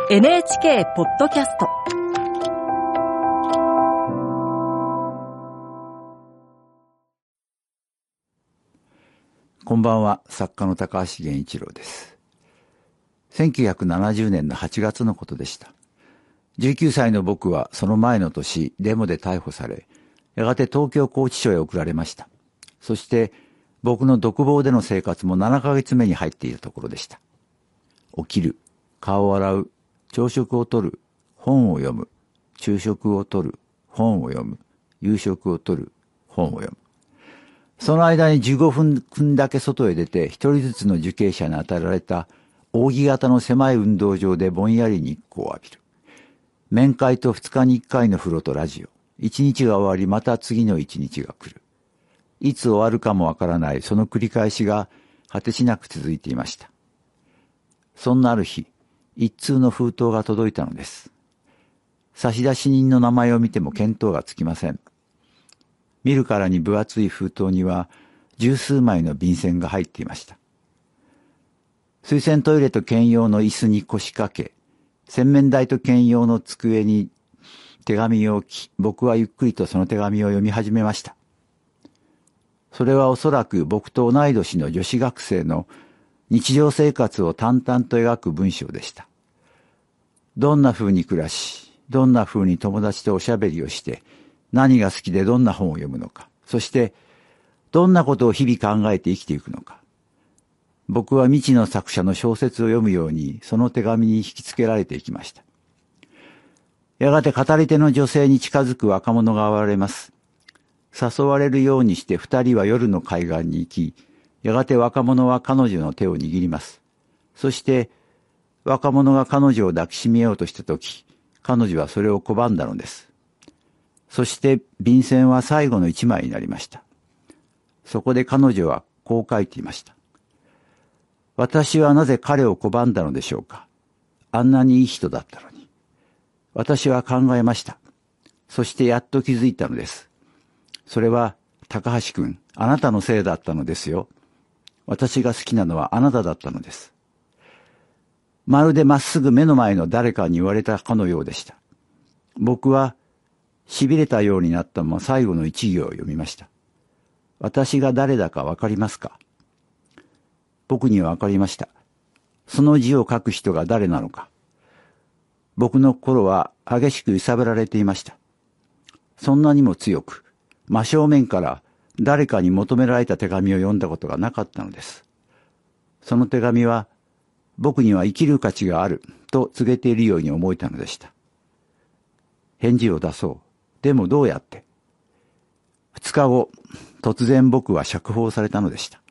NHK ポッドキャスト。 こんばんは、作家の高橋源一郎です。1970年の8月のことでした。19歳の僕はその前の年、デモで逮捕され、やがて東京拘置所へ送られました。そして僕の独房での生活も7ヶ月目に入っていたところでした。起きる、顔を洗う、朝食をとる、本を読む、昼食をとる、本を読む、夕食をとる、本を読む。その間に15分だけ外へ出て、一人ずつの受刑者に与えられた扇形の狭い運動場でぼんやり日光を浴びる。面会と2日に1回の風呂とラジオ。1日が終わり、また次の1日が来る。いつ終わるかもわからない、その繰り返しが果てしなく続いていました。そんなある日、一通の封筒が届いたのです。差出人の名前を見ても見当がつきません。見るからに分厚い封筒には十数枚の便箋が入っていました。水洗トイレと兼用の椅子に腰掛け、洗面台と兼用の机に手紙を置き、僕はゆっくりとその手紙を読み始めました。それはおそらく僕と同い年の女子学生の日常生活を淡々と描く文章でした。どんな風に暮らし、どんな風に友達とおしゃべりをして、何が好きでどんな本を読むのか、そしてどんなことを日々考えて生きていくのか。僕は未知の作者の小説を読むようにその手紙に引きつけられていきました。やがて語り手の女性に近づく若者が現れます。誘われるようにして二人は夜の海岸に行き、やがて若者は彼女の手を握ります。そして若者が彼女を抱きしめようとしたとき、彼女はそれを拒んだのです。そして便箋は最後の一枚になりました。そこで彼女はこう書いていました。私はなぜ彼を拒んだのでしょうか。あんなにいい人だったのに。私は考えました。そしてやっと気づいたのです。それは高橋君、あなたのせいだったのですよ。私が好きなのはあなただったのです。まるでまっすぐ目の前の誰かに言われたかのようでした。僕は痺れたようになったまま最後の一行を読みました。私が誰だかわかりますか？僕にはわかりました。その字を書く人が誰なのか。僕の心は激しく揺さぶられていました。そんなにも強く、真正面から誰かに求められた手紙を読んだことがなかったのです。その手紙は、僕には生きる価値があると告げているように思えたのでした。返事を出そう。でもどうやって？2日後、突然僕は釈放されたのでした。